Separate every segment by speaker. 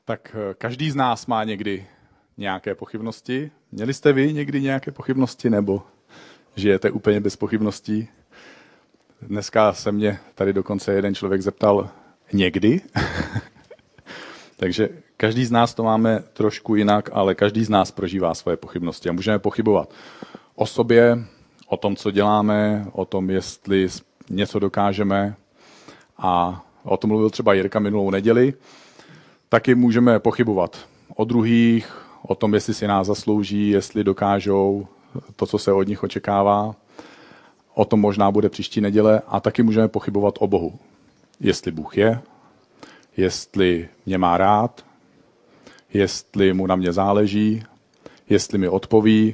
Speaker 1: Tak každý z nás má někdy nějaké pochybnosti. Měli jste vy někdy nějaké pochybnosti, nebo žijete úplně bez pochybností? Dneska se mě tady dokonce jeden člověk zeptal někdy. Takže každý z nás to máme trošku jinak, ale každý z nás prožívá svoje pochybnosti. A můžeme pochybovat o sobě, o tom, co děláme, o tom, jestli něco dokážeme. A o tom mluvil třeba Jirka minulou neděli. Taky můžeme pochybovat o druhých, o tom, jestli si nás zaslouží, jestli dokážou to, co se od nich očekává. O tom možná bude příští neděle. A taky můžeme pochybovat o Bohu. Jestli Bůh je, jestli mě má rád, jestli mu na mě záleží, jestli mi odpoví.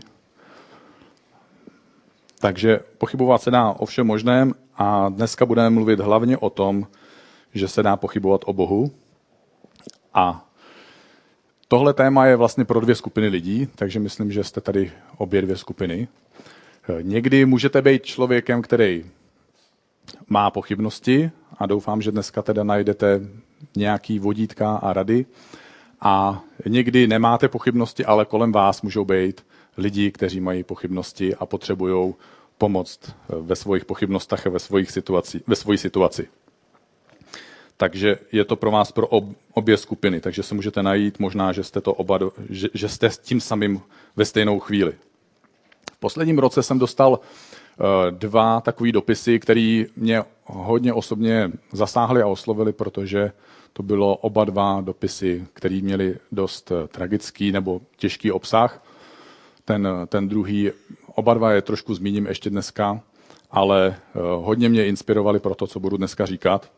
Speaker 1: Takže pochybovat se dá o všem možném a dneska budeme mluvit hlavně o tom, že se dá pochybovat o Bohu. A tohle téma je vlastně pro dvě skupiny lidí, takže myslím, že jste tady obě dvě skupiny. Někdy můžete být člověkem, který má pochybnosti a doufám, že dneska teda najdete nějaký vodítka a rady. A někdy nemáte pochybnosti, ale kolem vás můžou být lidi, kteří mají pochybnosti a potřebují pomoct ve svých pochybnostech a ve své situaci. Takže je to pro vás pro obě skupiny, takže se můžete najít, možná, že jste že jste s tím samým ve stejnou chvíli. V posledním roce jsem dostal 2 takové dopisy, které mě hodně osobně zasáhly a oslovily, protože to bylo oba 2 dopisy, které měly dost tragický nebo těžký obsah. Ten druhý, oba 2 je trošku zmíním ještě dneska, ale hodně mě inspirovali pro to, co budu dneska říkat.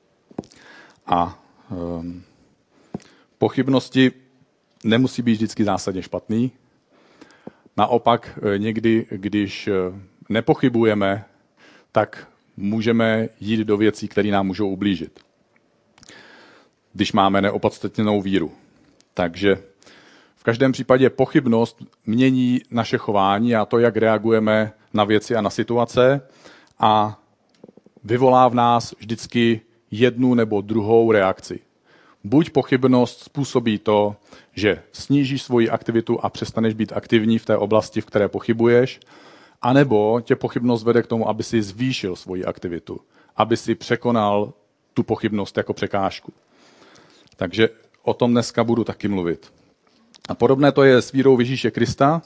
Speaker 1: A pochybnosti nemusí být vždycky zásadně špatný. Naopak někdy, když nepochybujeme, tak můžeme jít do věcí, které nám můžou ublížit. Když máme neopodstatněnou víru. Takže v každém případě pochybnost mění naše chování a to, jak reagujeme na věci a na situace a vyvolá v nás vždycky jednu nebo druhou reakci. Buď pochybnost způsobí to, že snížíš svoji aktivitu a přestaneš být aktivní v té oblasti, v které pochybuješ, anebo tě pochybnost vede k tomu, aby si zvýšil svoji aktivitu, aby si překonal tu pochybnost jako překážku. Takže o tom dneska budu taky mluvit. A podobné to je s vírou v Ježíše Krista,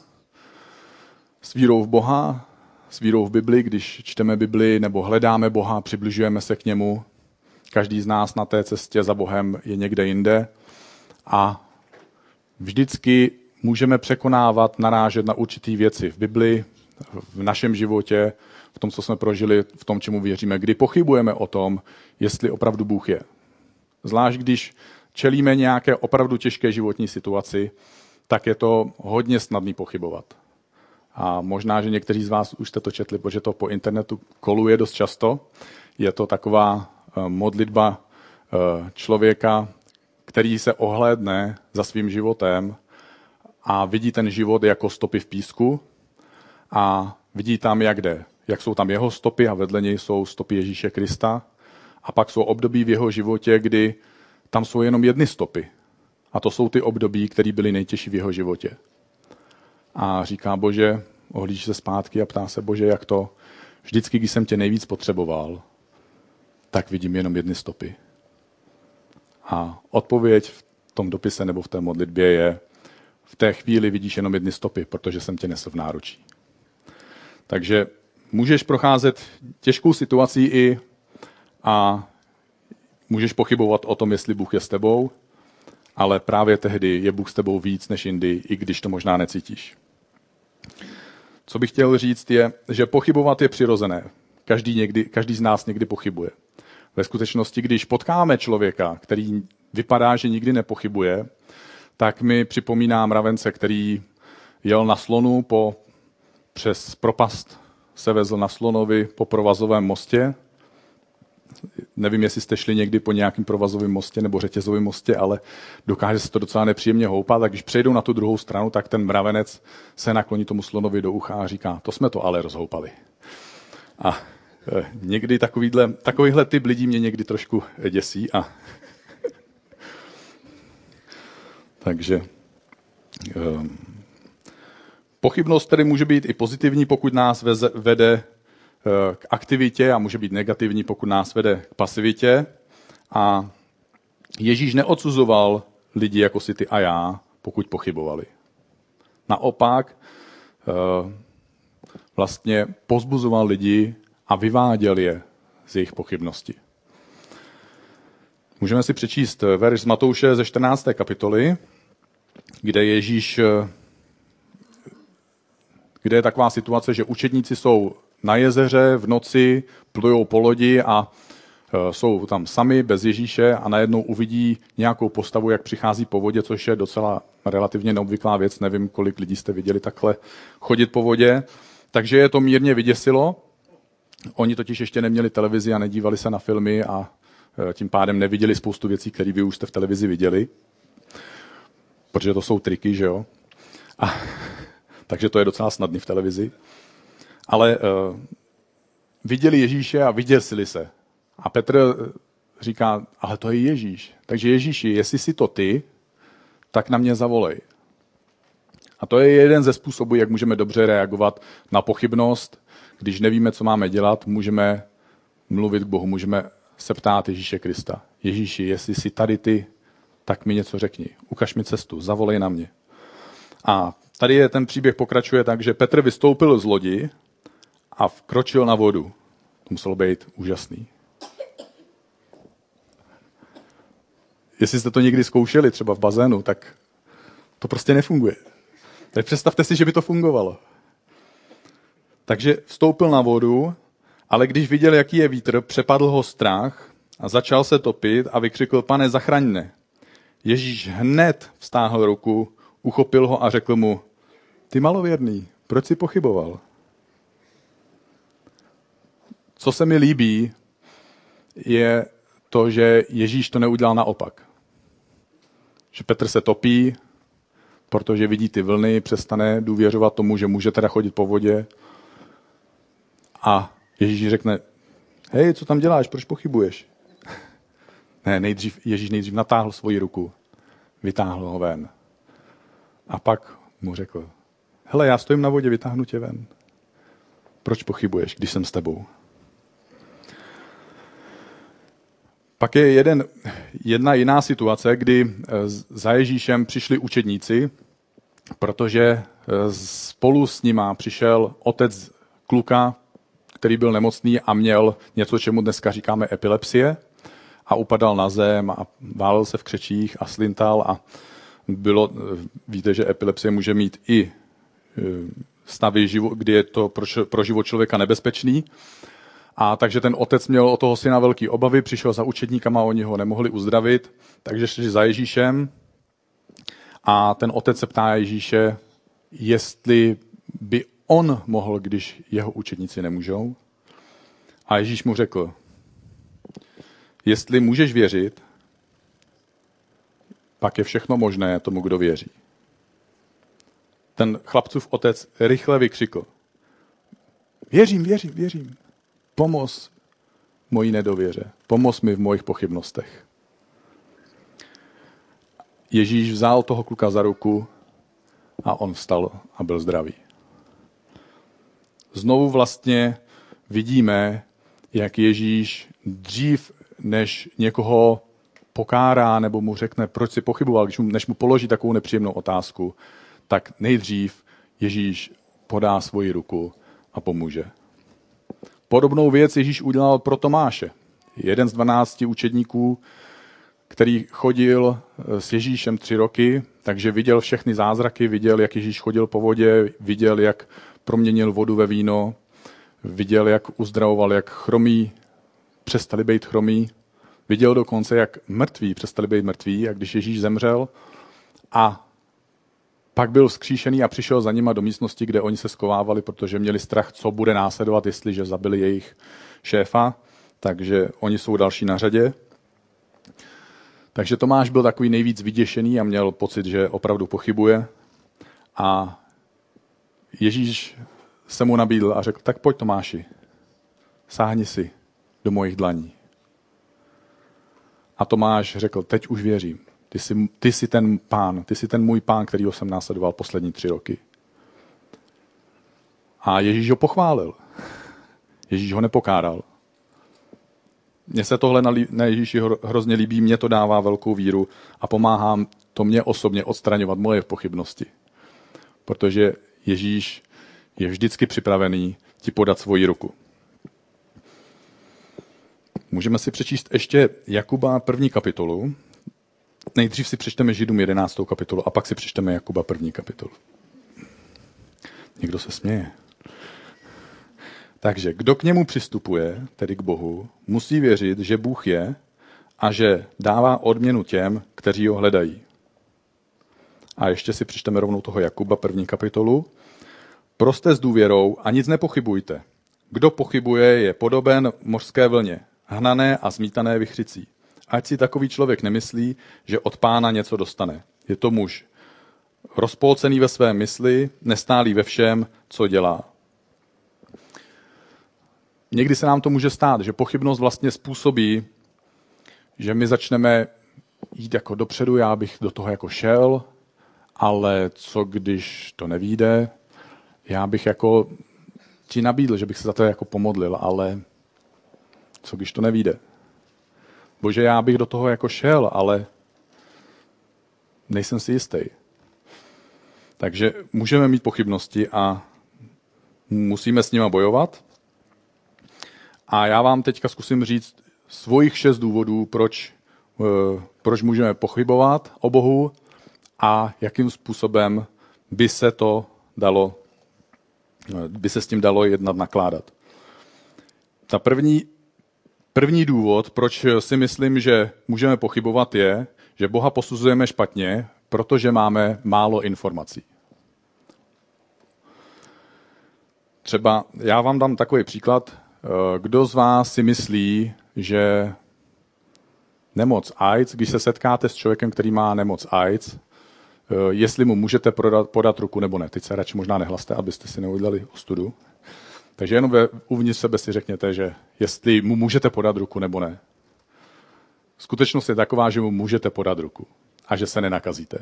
Speaker 1: s vírou v Boha, s vírou v Bibli, když čteme Bibli nebo hledáme Boha, přibližujeme se k němu. Každý z nás na té cestě za Bohem je někde jinde a vždycky můžeme překonávat, narážet na určitý věci v Bibli, v našem životě, v tom, co jsme prožili, v tom, čemu věříme, kdy pochybujeme o tom, jestli opravdu Bůh je. Zvlášť když čelíme nějaké opravdu těžké životní situaci, tak je to hodně snadný pochybovat. A možná, že někteří z vás už jste to četli, protože to po internetu koluje dost často. Je to taková modlitba člověka, který se ohlédne za svým životem a vidí ten život jako stopy v písku a vidí tam, jak jde. Jak jsou tam jeho stopy a vedle něj jsou stopy Ježíše Krista. A pak jsou období v jeho životě, kdy tam jsou jenom jedny stopy. A to jsou ty období, které byly nejtěžší v jeho životě. A říká: Bože, ohlíží se zpátky a ptá se: Bože, jak to? Vždycky, když jsem tě nejvíc potřeboval, tak vidím jenom jedny stopy. A odpověď v tom dopise nebo v té modlitbě je: v té chvíli vidíš jenom jedny stopy, protože jsem tě nesl v náručí. Takže můžeš procházet těžkou situací a můžeš pochybovat o tom, jestli Bůh je s tebou, ale právě tehdy je Bůh s tebou víc než jindy, i když to možná necítíš. Co bych chtěl říct je, že pochybovat je přirozené. Každý z nás někdy pochybuje. Ve skutečnosti, když potkáme člověka, který vypadá, že nikdy nepochybuje, tak mi připomíná mravence, který jel na slonu přes propast, se vezl na slonovi po provazovém mostě. Nevím, jestli jste šli někdy po nějakým provazovém mostě nebo řetězovém mostě, ale dokáže se to docela nepříjemně houpat. A když přejdou na tu druhou stranu, tak ten mravenec se nakloní tomu slonovi do ucha a říká: to jsme to ale rozhoupali. A někdy takovýhle typ lidí mě někdy trošku děsí. Takže pochybnost tedy může být i pozitivní, pokud nás vede k aktivitě, a může být negativní, pokud nás vede k pasivitě. A Ježíš neodsuzoval lidi jako si ty a já, pokud pochybovali. Naopak vlastně povzbuzoval lidi a vyváděl je z jejich pochybnosti. Můžeme si přečíst verš z Matouše ze 14. kapitoly, kde je taková situace, že učedníci jsou na jezeře v noci, plujou po lodi a jsou tam sami bez Ježíše a najednou uvidí nějakou postavu, jak přichází po vodě, což je docela relativně neobvyklá věc. Nevím, kolik lidí jste viděli takhle chodit po vodě. Takže je to mírně vyděsilo. Oni totiž ještě neměli televizi a nedívali se na filmy a tím pádem neviděli spoustu věcí, které vy už jste v televizi viděli. Protože to jsou triky, že jo? Takže to je docela snadný v televizi. Ale viděli Ježíše a vyděsili se. A Petr říká, ale to je Ježíš. Takže Ježíši, jestli jsi to ty, tak na mě zavolej. A to je jeden ze způsobů, jak můžeme dobře reagovat na pochybnost. Když nevíme, co máme dělat, můžeme mluvit k Bohu, můžeme se ptát Ježíše Krista. Ježíši, jestli jsi tady ty, tak mi něco řekni. Ukaž mi cestu, zavolej na mě. A tady ten příběh pokračuje tak, že Petr vystoupil z lodi a vkročil na vodu. To muselo být úžasný. Jestli jste to někdy zkoušeli, třeba v bazénu, tak to prostě nefunguje. Tak představte si, že by to fungovalo. Takže vstoupil na vodu, ale když viděl, jaký je vítr, přepadl ho strach a začal se topit a vykřikl, Pane, zachraň mne. Ježíš hned vztáhl ruku, uchopil ho a řekl mu, ty malověrný, proč jsi pochyboval? Co se mi líbí, je to, že Ježíš to neudělal naopak. Že Petr se topí, protože vidí ty vlny, přestane důvěřovat tomu, že může teda chodit po vodě. A Ježíš řekne, hej, co tam děláš, proč pochybuješ? Ne, Ježíš nejdřív natáhl svoji ruku, vytáhl ho ven. A pak mu řekl, hele, já stojím na vodě, vytáhnu tě ven. Proč pochybuješ, když jsem s tebou? Pak je jedna jiná situace, kdy za Ježíšem přišli učedníci, protože spolu s nima přišel otec kluka, který byl nemocný a měl něco, čemu dneska říkáme epilepsie, a upadal na zem a válel se v křečích a slintal a víte, že epilepsie může mít i stavy, kdy je to pro život člověka nebezpečný. A takže ten otec měl o toho syna velký obavy, přišel za učedníkama, oni ho nemohli uzdravit, takže šli za Ježíšem a ten otec se ptá Ježíše, jestli by on mohl, když jeho učedníci nemůžou. A Ježíš mu řekl, jestli můžeš věřit, pak je všechno možné tomu, kdo věří. Ten chlapcův otec rychle vykřikl, věřím. Pomoz mojí nedověře. Pomoz mi v mojich pochybnostech. Ježíš vzal toho kluka za ruku a on vstal a byl zdravý. Znovu vlastně vidíme, jak Ježíš dřív, než někoho pokárá nebo mu řekne, proč si pochyboval, než mu položí takovou nepříjemnou otázku, tak nejdřív Ježíš podá svoji ruku a pomůže. Podobnou věc Ježíš udělal pro Tomáše. Jeden z 12 učedníků, který chodil s Ježíšem 3 roky, takže viděl všechny zázraky, viděl, jak Ježíš chodil po vodě, viděl, jak proměnil vodu ve víno, viděl, jak uzdravoval, jak chromí přestali být chromí, viděl dokonce, jak mrtví přestali být mrtví, a když Ježíš zemřel a pak byl vzkříšený a přišel za nima do místnosti, kde oni se skovávali, protože měli strach, co bude následovat, jestliže zabili jejich šéfa, takže oni jsou další na řadě. Takže Tomáš byl takový nejvíc vyděšený a měl pocit, že opravdu pochybuje. A Ježíš se mu nabídl a řekl, tak pojď Tomáši, sáhni si do mojich dlaní. A Tomáš řekl, teď už věřím. Ty jsi ten pán, ty jsi ten můj pán, kterýho jsem následoval poslední 3 roky. A Ježíš ho pochválil. Ježíš ho nepokáral. Mně se tohle na Ježíši hrozně líbí, mě to dává velkou víru a pomáhá to mě osobně odstraňovat moje pochybnosti. Protože Ježíš je vždycky připravený ti podat svoji ruku. Můžeme si přečíst ještě Jakuba 1. kapitolu. Nejdřív si přečteme Židům 11. kapitolu a pak si přečteme Jakuba 1. kapitolu. Někdo se směje. Takže kdo k němu přistupuje, tedy k Bohu, musí věřit, že Bůh je a že dává odměnu těm, kteří ho hledají. A ještě si přečteme rovnou toho Jakuba 1. kapitolu. Proste s důvěrou a nic nepochybujte. Kdo pochybuje, je podoben mořské vlně, hnané a zmítané vichřicí. Ať si takový člověk nemyslí, že od Pána něco dostane. Je to muž rozpolcený ve své mysli, nestálý ve všem, co dělá. Někdy se nám to může stát, že pochybnost vlastně způsobí, že my začneme jít jako dopředu, já bych do toho jako šel, ale co když to nevyjde, já bych jako ti nabídl, že bych se za to jako pomodlil, ale co když to nevyjde. Bože, já bych do toho jako šel, ale nejsem si jistý. Takže můžeme mít pochybnosti a musíme s nima bojovat. A já vám teďka zkusím říct svojich 6 důvodů, proč můžeme pochybovat o Bohu a jakým způsobem by se s tím dalo jednat, nakládat. Ta první důvod, proč si myslím, že můžeme pochybovat, je, že Boha posuzujeme špatně, protože máme málo informací. Třeba já vám dám takový příklad. Kdo z vás si myslí, že nemoc AIDS, když se setkáte s člověkem, který má nemoc AIDS, jestli mu můžete podat ruku nebo ne. Teď se radši možná nehlaste, abyste si neudělali ostudu. Takže jenom uvnitř sebe si řekněte, že jestli mu můžete podat ruku nebo ne. Skutečnost je taková, že mu můžete podat ruku a že se nenakazíte.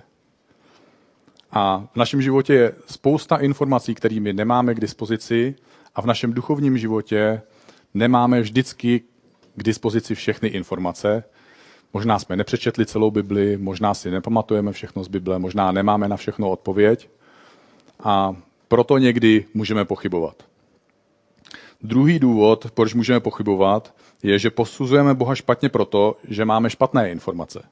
Speaker 1: A v našem životě je spousta informací, kterými nemáme k dispozici a v našem duchovním životě nemáme vždycky k dispozici všechny informace. Možná jsme nepřečetli celou Bibli, možná si nepamatujeme všechno z Bible, možná nemáme na všechno odpověď a proto někdy můžeme pochybovat. Druhý důvod, proč můžeme pochybovat, je, že posuzujeme Boha špatně proto, že máme špatné informace.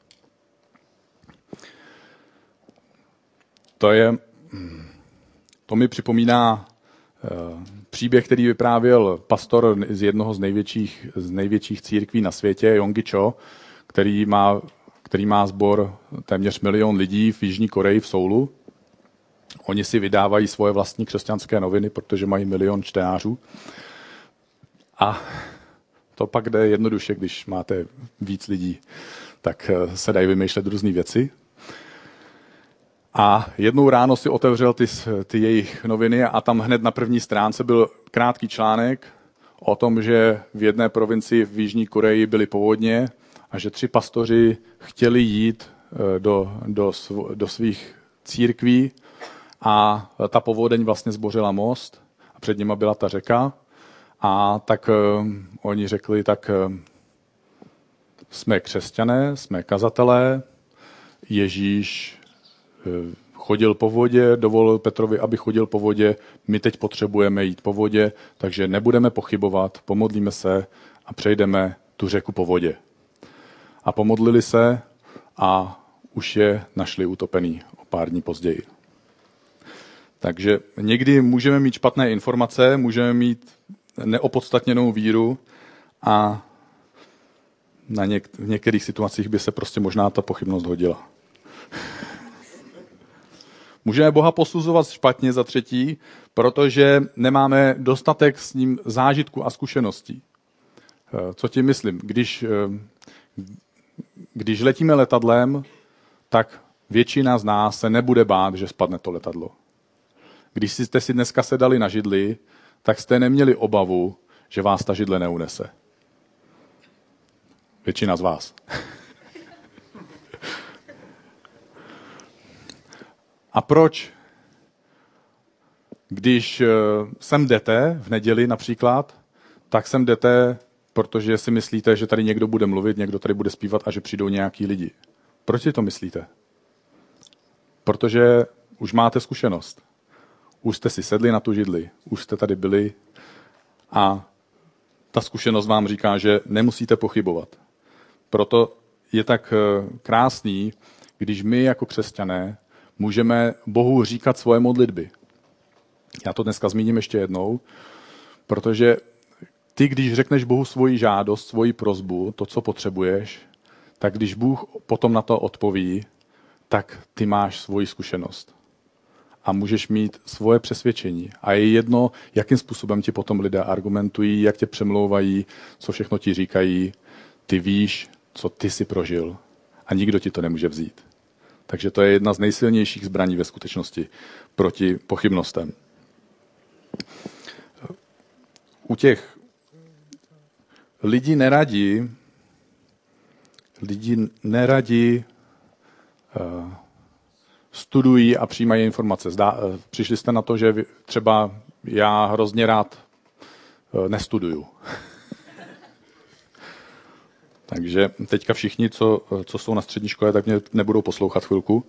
Speaker 1: To mi připomíná příběh, který vyprávěl pastor z jednoho z největších církví na světě, Yonggi Cho, který má sbor téměř 1 000 000 lidí v Jižní Koreji v Soulu. Oni si vydávají svoje vlastní křesťanské noviny, protože mají 1 000 000 čtenářů. A to pak jde jednoduše, když máte víc lidí, tak se dají vymýšlet různé věci. A jednou ráno si otevřel ty jejich noviny a tam hned na první stránce byl krátký článek o tom, že v jedné provincii v Jižní Koreji byly povodně a že 3 pastoři chtěli jít do svých církví a ta povodeň vlastně zbořila most a před nima byla ta řeka. A tak oni řekli, tak jsme křesťané, jsme kazatelé, Ježíš chodil po vodě, dovolil Petrovi, aby chodil po vodě, my teď potřebujeme jít po vodě, takže nebudeme pochybovat, pomodlíme se a přejdeme tu řeku po vodě. A pomodlili se a už je našli utopený o pár dní později. Takže někdy můžeme mít špatné informace, můžeme mít neopodstatněnou víru a v některých situacích by se prostě možná ta pochybnost hodila. Můžeme Boha posuzovat špatně za třetí, protože nemáme dostatek s ním zážitku a zkušeností. Co tím myslím? Když letíme letadlem, tak většina z nás se nebude bát, že spadne to letadlo. Když jste si dneska sedali na židli, tak jste neměli obavu, že vás ta židle neunese. Většina z vás. A proč? Když sem jdete v neděli například, tak sem jdete, protože si myslíte, že tady někdo bude mluvit, někdo tady bude zpívat a že přijdou nějaký lidi. Proč si to myslíte? Protože už máte zkušenost. Už jste si sedli na tu židli, už jste tady byli a ta zkušenost vám říká, že nemusíte pochybovat. Proto je tak krásný, když my jako křesťané můžeme Bohu říkat svoje modlitby. Já to dneska zmíním ještě jednou, protože ty, když řekneš Bohu svoji žádost, svoji prosbu, to, co potřebuješ, tak když Bůh potom na to odpoví, tak ty máš svoji zkušenost. A můžeš mít svoje přesvědčení. A je jedno, jakým způsobem ti potom lidé argumentují, jak tě přemlouvají, co všechno ti říkají. Ty víš, co ty jsi prožil. A nikdo ti to nemůže vzít. Takže to je jedna z nejsilnějších zbraní ve skutečnosti proti pochybnostem. U těch lidí neradi studují a přijímají informace. Přišli jste na to, že třeba já hrozně rád nestuduju. Takže teďka všichni, co jsou na střední škole, tak mě nebudou poslouchat chvilku.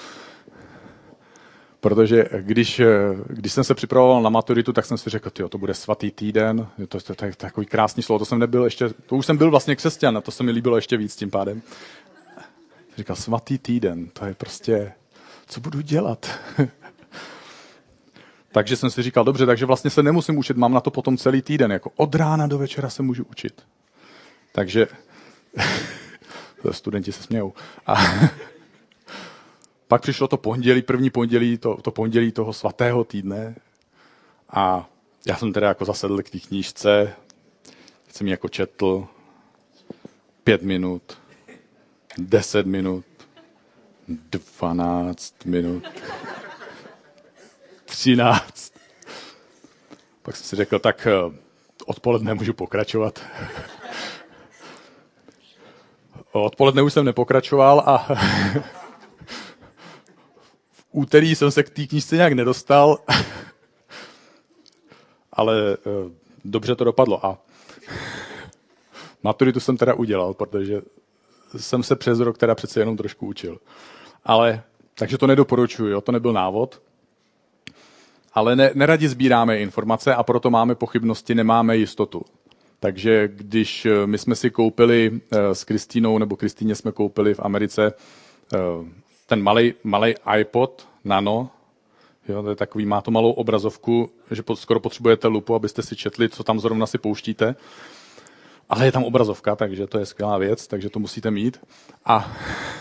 Speaker 1: Protože když jsem se připravoval na maturitu, tak jsem si řekl, to bude svatý týden, to je takový krásný slovo, to už jsem byl vlastně křesťan, a to se mi líbilo ještě víc tím pádem. Říkal, svatý týden, to je prostě, co budu dělat? Takže jsem si říkal, dobře, takže vlastně se nemusím učit, mám na to potom celý týden, jako od rána do večera se můžu učit. Takže studenti se smějou. A pak přišlo to pondělí, první pondělí, to pondělí toho svatého týdne a já jsem teda jako zasedl k té knížce, jsem ji jako četl 5 minut, 10 minut, 12 minut, 13. Pak jsem si řekl, tak odpoledne můžu pokračovat. Odpoledne už jsem nepokračoval a v úterý jsem se k té knížce nějak nedostal, ale dobře to dopadlo. A maturitu jsem teda udělal, protože jsem se přes rok teda přece jenom trošku učil. Takže to nedoporučuji, to nebyl návod. Ale neradi sbíráme informace a proto máme pochybnosti, nemáme jistotu. Takže když my jsme si koupili s Kristýnou, nebo Kristýně jsme koupili v Americe ten malej iPod Nano, jo, to je takový, má to malou obrazovku, že skoro potřebujete lupu, abyste si četli, co tam zrovna si pouštíte. Ale je tam obrazovka, takže to je skvělá věc, takže to musíte mít. A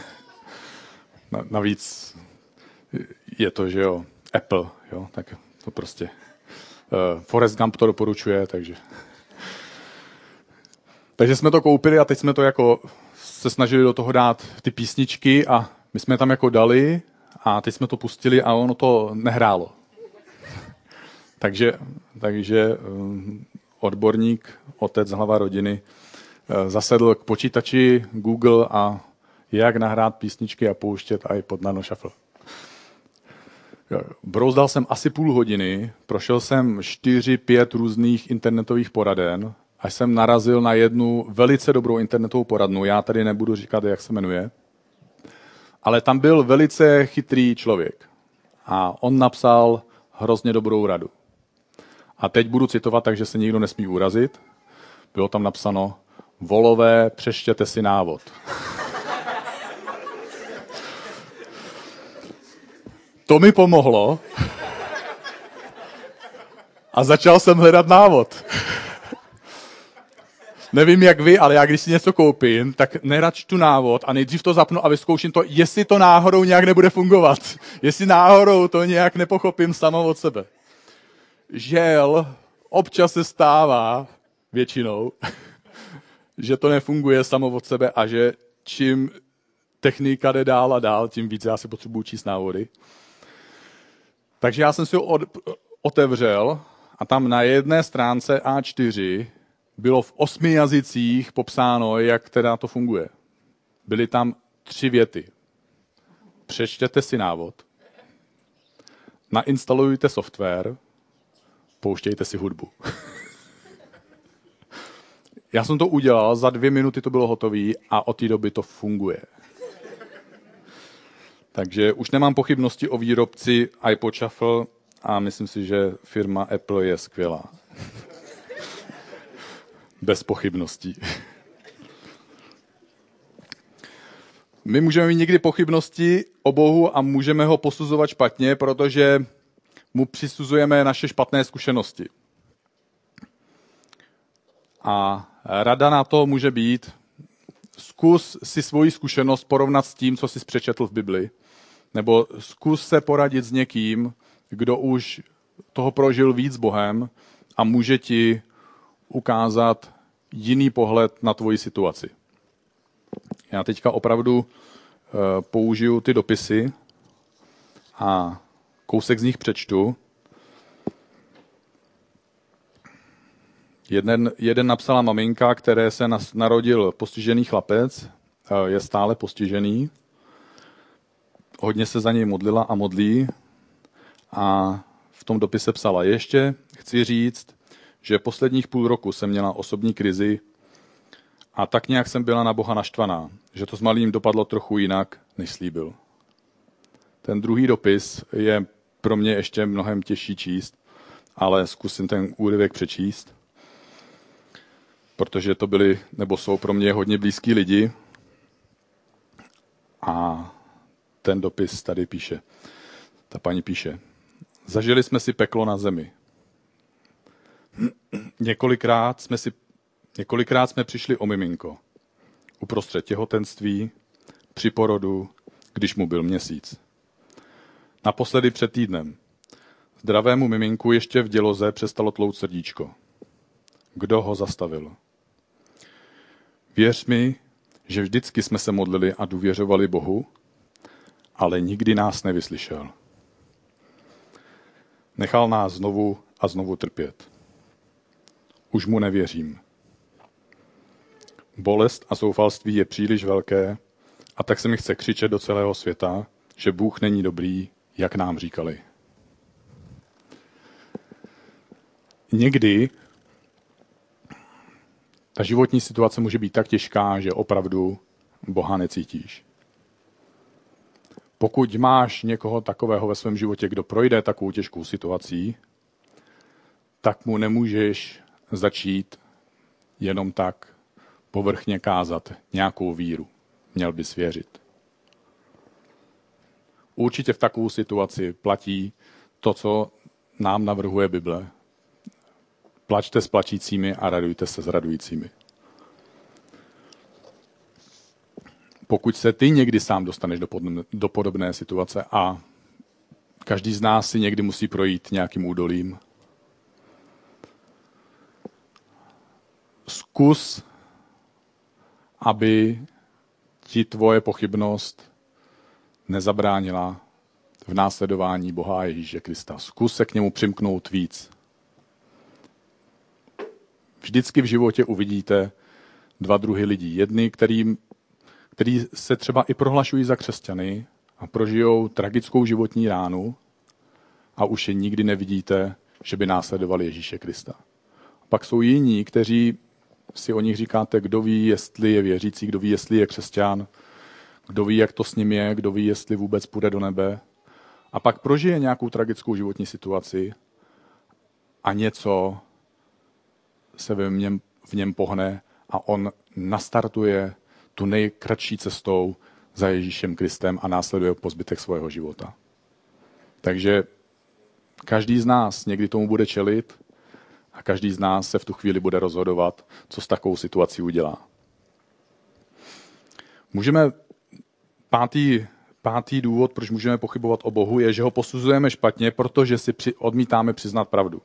Speaker 1: navíc je to, že jo, Apple, jo, tak to prostě Forrest Gump to doporučuje, takže jsme to koupili a teď jsme to jako se snažili do toho dát ty písničky a my jsme tam jako dali a teď jsme to pustili a ono to nehrálo. Takže odborník, otec, hlava rodiny, zasedl k počítači Google a jak nahrát písničky a pouštět iPod Nano Shuffle. Brouzdal jsem asi půl hodiny, prošel jsem 4-5 různých internetových poraden a jsem narazil na jednu velice dobrou internetovou poradnu. Já tady nebudu říkat, jak se jmenuje, ale tam byl velice chytrý člověk a on napsal hrozně dobrou radu. A teď budu citovat, takže se nikdo nesmí urazit. Bylo tam napsáno: volové, přečtěte si návod. To mi pomohlo a začal jsem hledat návod. Nevím jak vy, ale já když si něco koupím, tak nerad čtu návod a nejdřív to zapnu a vyzkouším to, jestli to náhodou nějak nebude fungovat. Jestli náhodou to nějak nepochopím samo od sebe. Žel, občas se stává, většinou, že to nefunguje samo od sebe a že čím technika jde dál a dál, tím víc já si potřebuji číst návody. Takže já jsem si ho otevřel a tam na jedné stránce A4 bylo v 8 jazycích popsáno, jak teda to funguje. Byly tam 3 věty. Přečtěte si návod. Nainstalujte software, pouštějte si hudbu. Já jsem to udělal, za 2 minuty to bylo hotové a od té doby to funguje. Takže už nemám pochybnosti o výrobci iPod Shuffle a myslím si, že firma Apple je skvělá. Bez pochybností. My můžeme mít někdy pochybnosti o Bohu a můžeme ho posuzovat špatně, protože mu přisuzujeme naše špatné zkušenosti. A rada na to může být, zkus si svoji zkušenost porovnat s tím, co jsi přečetl v Bibli, nebo zkus se poradit s někým, kdo už toho prožil víc s Bohem a může ti ukázat jiný pohled na tvoji situaci. Já teďka opravdu použiju ty dopisy a kousek z nich přečtu. Jeden napsala maminka, které se narodil postižený chlapec, je stále postižený. Hodně se za něj modlila a modlí. A v tom dopise psala: ještě chci říct, že posledních půl roku jsem měla osobní krizi a tak nějak jsem byla na Boha naštvaná, že to s malým dopadlo trochu jinak, než slíbil. Ten druhý dopis je pro mě ještě mnohem těžší číst, ale zkusím ten úryvek přečíst, protože to byli, nebo jsou pro mě hodně blízký lidi. A ten dopis tady píše. Ta paní píše: zažili jsme si peklo na zemi. Několikrát jsme přišli o miminko. Uprostřed těhotenství, při porodu, když mu byl měsíc. Naposledy před týdnem. Zdravému miminku ještě v děloze přestalo tlout srdíčko. Kdo ho zastavil? Věř mi, že vždycky jsme se modlili a důvěřovali Bohu, ale nikdy nás nevyslyšel. Nechal nás znovu a znovu trpět. Už mu nevěřím. Bolest a zoufalství je příliš velké a tak se mi chce křičet do celého světa, že Bůh není dobrý, jak nám říkali. Někdy ta životní situace může být tak těžká, že opravdu Boha necítíš. Pokud máš někoho takového ve svém životě, kdo projde takovou těžkou situací, tak mu nemůžeš začít jenom tak povrchně kázat nějakou víru. Měl bys věřit. Určitě v takovou situaci platí to, co nám navrhuje Bible. Plačte s plačícími a radujte se s radujícími. Pokud se ty někdy sám dostaneš do podobné situace a každý z nás si někdy musí projít nějakým údolím, zkus, aby ti tvoje pochybnost nezabránila v následování Boha Ježíše Krista. Zkus se k němu přimknout víc. Vždycky v životě uvidíte 2 druhy lidí. Jedni, který se třeba i prohlašují za křesťany a prožijou tragickou životní ránu a už je nikdy nevidíte, že by následovali Ježíše Krista. A pak jsou jiní, kteří si o nich říkáte, kdo ví, jestli je věřící, kdo ví, jestli je křesťan, kdo ví, jak to s ním je, kdo ví, jestli vůbec půjde do nebe. A pak prožije nějakou tragickou životní situaci a něco se v něm pohne a on nastartuje tu nejkratší cestou za Ježíšem Kristem a následuje po zbytek svého života. Takže každý z nás někdy tomu bude čelit a každý z nás se v tu chvíli bude rozhodovat, co s takovou situací udělá. Pátý důvod, proč můžeme pochybovat o Bohu, je, že ho posuzujeme špatně, protože si odmítáme přiznat pravdu.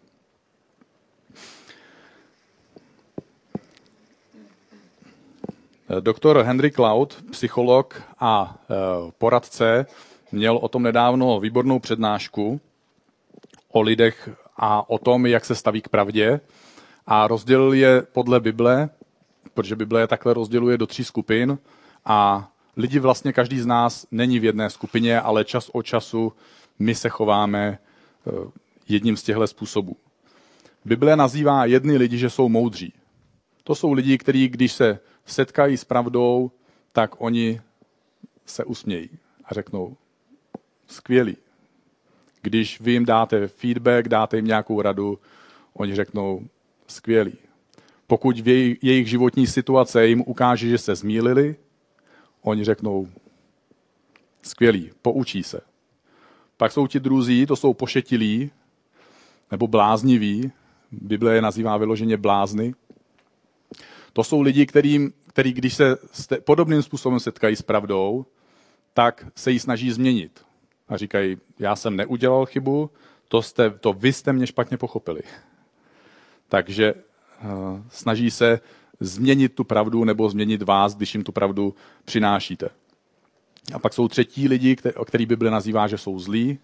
Speaker 1: Doktor Henry Cloud, psycholog a poradce, měl o tom nedávno výbornou přednášku o lidech a o tom, jak se staví k pravdě a rozdělil je podle Bible, protože Bible je takhle rozděluje do 3 skupin a lidi vlastně každý z nás není v jedné skupině, ale čas od času my se chováme jedním z těchto způsobů. Bible nazývá jedny lidi, že jsou moudří. To jsou lidi, kteří, když se setkají s pravdou, tak oni se usmějí a řeknou, skvělý. Když vy jim dáte feedback, dáte jim nějakou radu, oni řeknou, skvělý. Pokud v jejich životní situace jim ukáže, že se zmýlili, oni řeknou, skvělý, poučí se. Pak jsou ti druzí, to jsou pošetilí, nebo blázniví, Bible je nazývá vyloženě blázny. To jsou lidi, kteří když se podobným způsobem setkají s pravdou, tak se ji snaží změnit. A říkají, já jsem neudělal chybu, to vy jste mě špatně pochopili. Takže snaží se změnit tu pravdu nebo změnit vás, když jim tu pravdu přinášíte. A pak jsou třetí lidi, který Bible nazývá, že jsou zlí.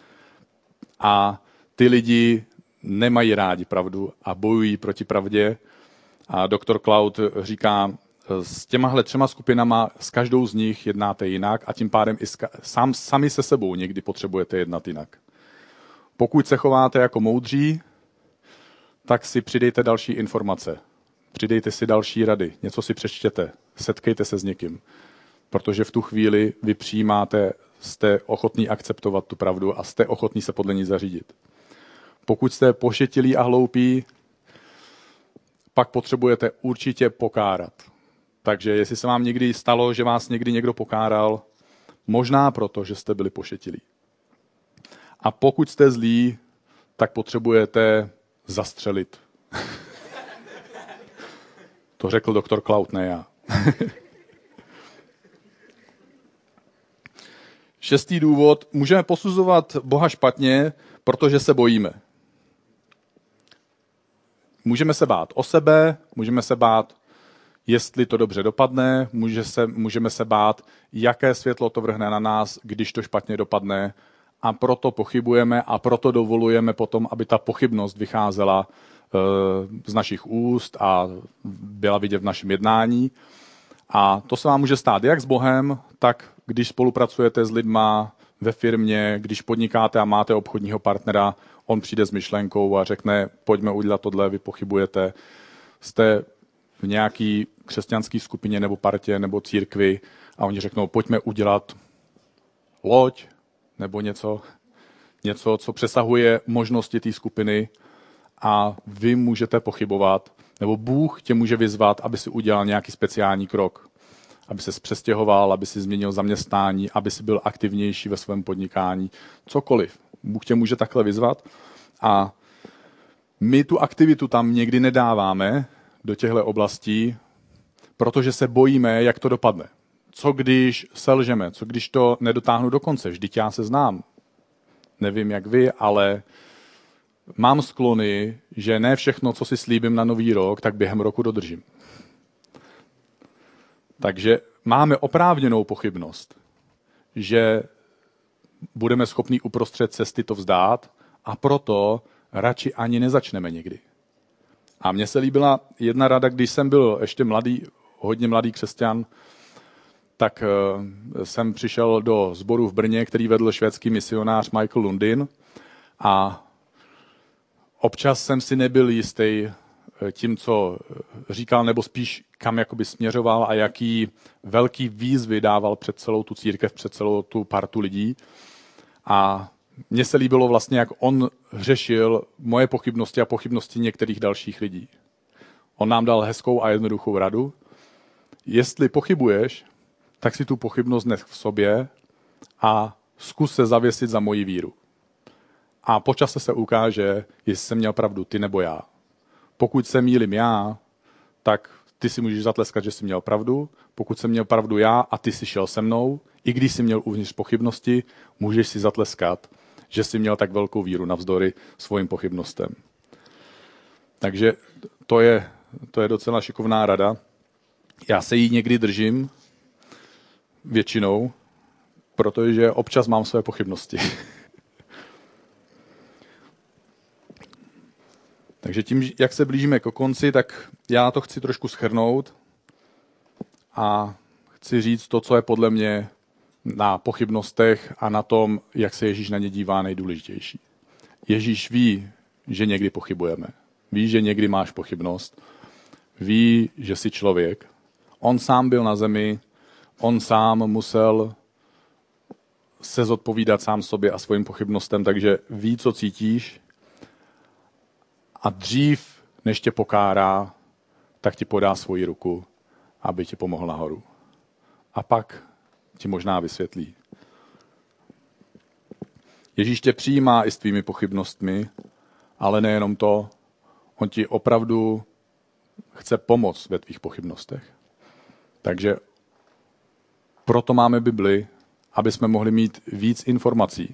Speaker 1: A ty lidi nemají rádi pravdu a bojují proti pravdě. A doktor Cloud říká, s těmahle 3 skupinama, s každou z nich jednáte jinak a tím pádem i sami se sebou někdy potřebujete jednat jinak. Pokud se chováte jako moudří, tak si přidejte další informace. Přidejte si další rady, něco si přečtěte, setkejte se s někým. Protože v tu chvíli vy přijímáte, jste ochotní akceptovat tu pravdu a jste ochotní se podle ní zařídit. Pokud jste pošetilí a hloupí, pak potřebujete určitě pokárat. Takže jestli se vám někdy stalo, že vás někdy někdo pokáral, možná proto, že jste byli pošetilí. A pokud jste zlí, tak potřebujete zastřelit. To řekl doktor Cloud, ne já. 6. důvod, můžeme posuzovat Boha špatně, protože se bojíme. Můžeme se bát o sebe, můžeme se bát, jestli to dobře dopadne, můžeme se bát, jaké světlo to vrhne na nás, když to špatně dopadne, a proto pochybujeme a proto dovolujeme potom, aby ta pochybnost vycházela z našich úst a byla vidět v našem jednání. A to se vám může stát jak s Bohem, tak když spolupracujete s lidma ve firmě, když podnikáte a máte obchodního partnera, on přijde s myšlenkou a řekne, pojďme udělat tohle, vy pochybujete, jste v nějaký křesťanské skupině nebo partě nebo církvi a oni řeknou, pojďme udělat loď nebo něco, co přesahuje možnosti té skupiny a vy můžete pochybovat, nebo Bůh tě může vyzvat, aby si udělal nějaký speciální krok, aby se přestěhoval, aby si změnil zaměstnání, aby si byl aktivnější ve svém podnikání, cokoliv. Bůh tě může takhle vyzvat a my tu aktivitu tam někdy nedáváme do těchto oblastí, protože se bojíme, jak to dopadne. Co když selžeme, co když to nedotáhnu do konce, vždyť já se znám. Nevím, jak vy, ale mám sklony, že ne všechno, co si slíbím na nový rok, tak během roku dodržím. Takže máme oprávněnou pochybnost, že budeme schopni uprostřed cesty to vzdát a proto radši ani nezačneme nikdy. A mně se líbila jedna rada, když jsem byl ještě mladý, hodně mladý křesťan, tak jsem přišel do sboru v Brně, který vedl švédský misionář Michael Lundin a občas jsem si nebyl jistý tím, co říkal, nebo spíš kam jakoby směřoval a jaký velký výzvy dával před celou tu církev, před celou tu partu lidí. A mně se líbilo vlastně, jak on řešil moje pochybnosti a pochybnosti některých dalších lidí. On nám dal hezkou a jednoduchou radu. Jestli pochybuješ, tak si tu pochybnost nech v sobě a zkus se zavěsit za moji víru. A po čase se ukáže, jestli jsem měl pravdu ty nebo já. Pokud se mýlím já, tak ty si můžeš zatleskat, že jsi měl pravdu. Pokud jsem měl pravdu já a ty jsi šel se mnou, i když jsi měl uvnitř pochybnosti, můžeš si zatleskat, že jsi měl tak velkou víru navzdory svým pochybnostem. Takže to je docela šikovná rada. Já se jí někdy držím, většinou, protože občas mám své pochybnosti. Takže tím, jak se blížíme ke konci, tak já to chci trošku shrnout a chci říct to, co je podle mě na pochybnostech a na tom, jak se Ježíš na ně dívá, nejdůležitější. Ježíš ví, že někdy pochybujeme. Ví, že někdy máš pochybnost. Ví, že jsi člověk. On sám byl na zemi, on sám musel se zodpovídat sám sobě a svým pochybnostem, takže ví, co cítíš a dřív, než tě pokárá, tak ti podá svoji ruku, aby ti pomohl nahoru. A pak ti možná vysvětlí. Ježíš tě přijímá i s tvými pochybnostmi, ale nejenom to, on ti opravdu chce pomoct ve tvých pochybnostech. Takže proto máme Bibli, aby jsme mohli mít víc informací.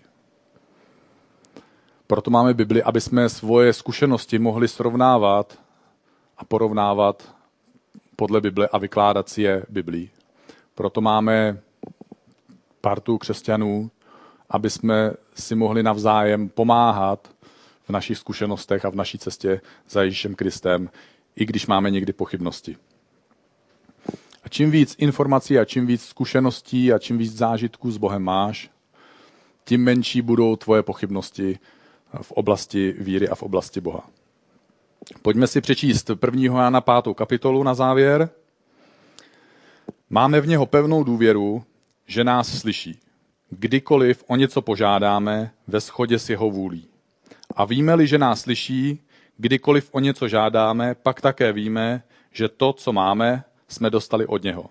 Speaker 1: Proto máme Bibli, aby jsme svoje zkušenosti mohli srovnávat a porovnávat podle Bible a vykládat si je Biblí. Proto máme partu křesťanů, aby jsme si mohli navzájem pomáhat v našich zkušenostech a v naší cestě za Ježíšem Kristem, i když máme někdy pochybnosti. A čím víc informací a čím víc zkušeností a čím víc zážitků s Bohem máš, tím menší budou tvoje pochybnosti v oblasti víry a v oblasti Boha. Pojďme si přečíst 1. Jana 5. kapitolu na závěr. Máme v něho pevnou důvěru, že nás slyší. Kdykoliv o něco požádáme ve shodě s jeho vůlí. A víme-li, že nás slyší, kdykoliv o něco žádáme, pak také víme, že to, co máme, jsme dostali od něho.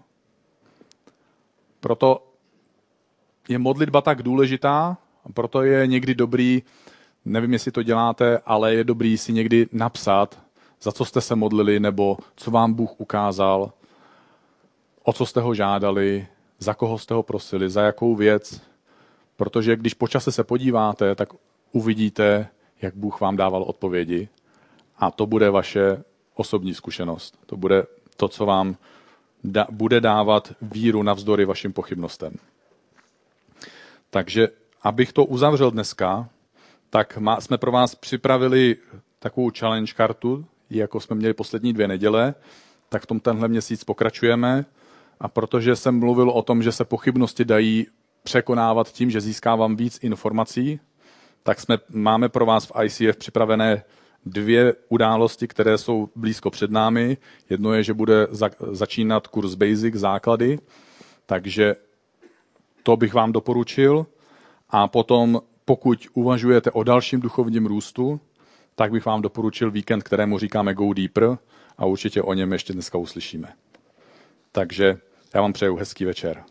Speaker 1: Proto je modlitba tak důležitá, proto je někdy dobrý, nevím, jestli to děláte, ale je dobrý si někdy napsat, za co jste se modlili, nebo co vám Bůh ukázal, o co jste ho žádali, za koho jste ho prosili, za jakou věc. Protože když po čase se podíváte, tak uvidíte, jak Bůh vám dával odpovědi. A to bude vaše osobní zkušenost. To bude to, co vám bude dávat víru navzdory vašim pochybnostem. Takže, abych to uzavřel dneska, tak jsme pro vás připravili takovou challenge kartu, jako jsme měli poslední 2 neděle, tak v tom tenhle měsíc pokračujeme. A protože jsem mluvil o tom, že se pochybnosti dají překonávat tím, že získávám víc informací, tak máme pro vás v ICF připravené 2 události, které jsou blízko před námi. Jedno je, že bude začínat kurz Basic, základy, takže to bych vám doporučil. A potom, pokud uvažujete o dalším duchovním růstu, tak bych vám doporučil víkend, kterému říkáme Go Deeper a určitě o něm ještě dneska uslyšíme. Takže já vám přeju hezký večer.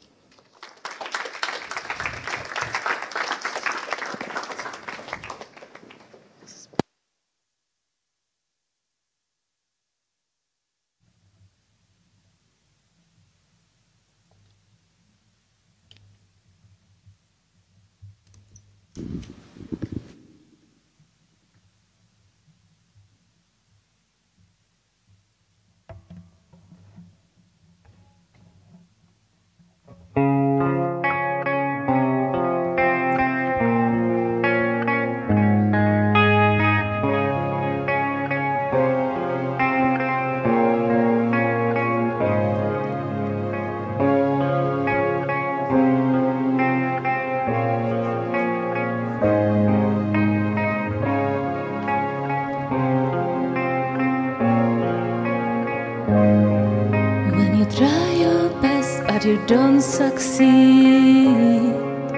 Speaker 2: You don't succeed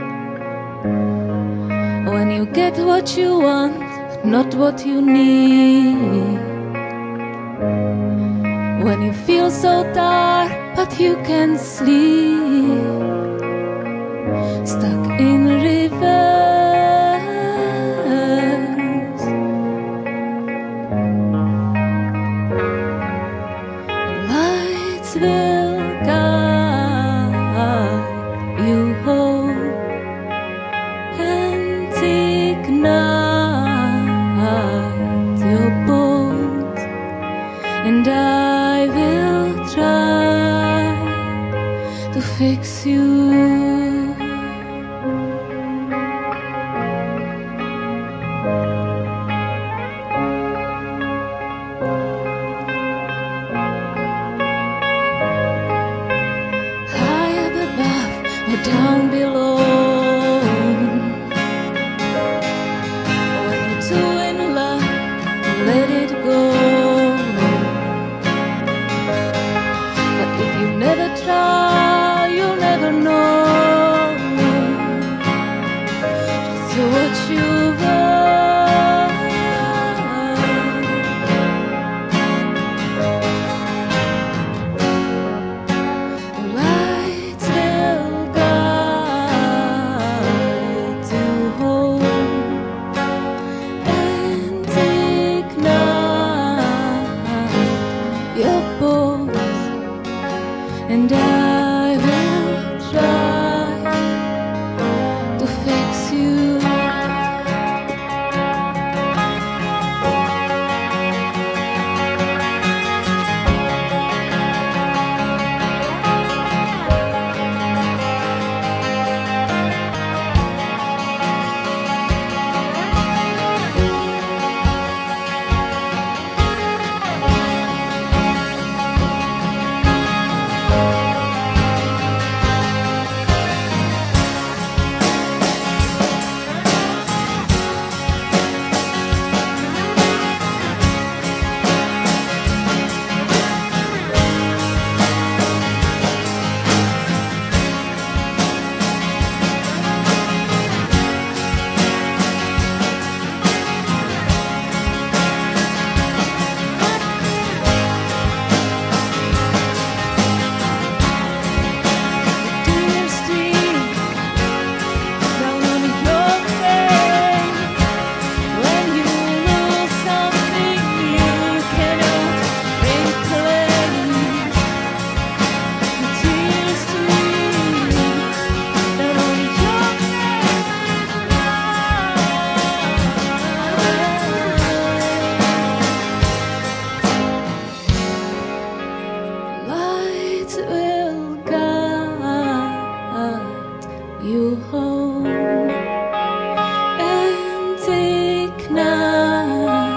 Speaker 2: when you get what you want, but not what you need. When you feel so tired, but you can sleep, stuck in reverse. Lights will guide you home and ignite your bones, and I will try to fix you. Down below, you want. Light will guide to home and ignite your bones, and I will try to fix you. Dear stream, down on your face, when you lose something you cannot reclaim. Dear stream, down on your face. Light will guide you home.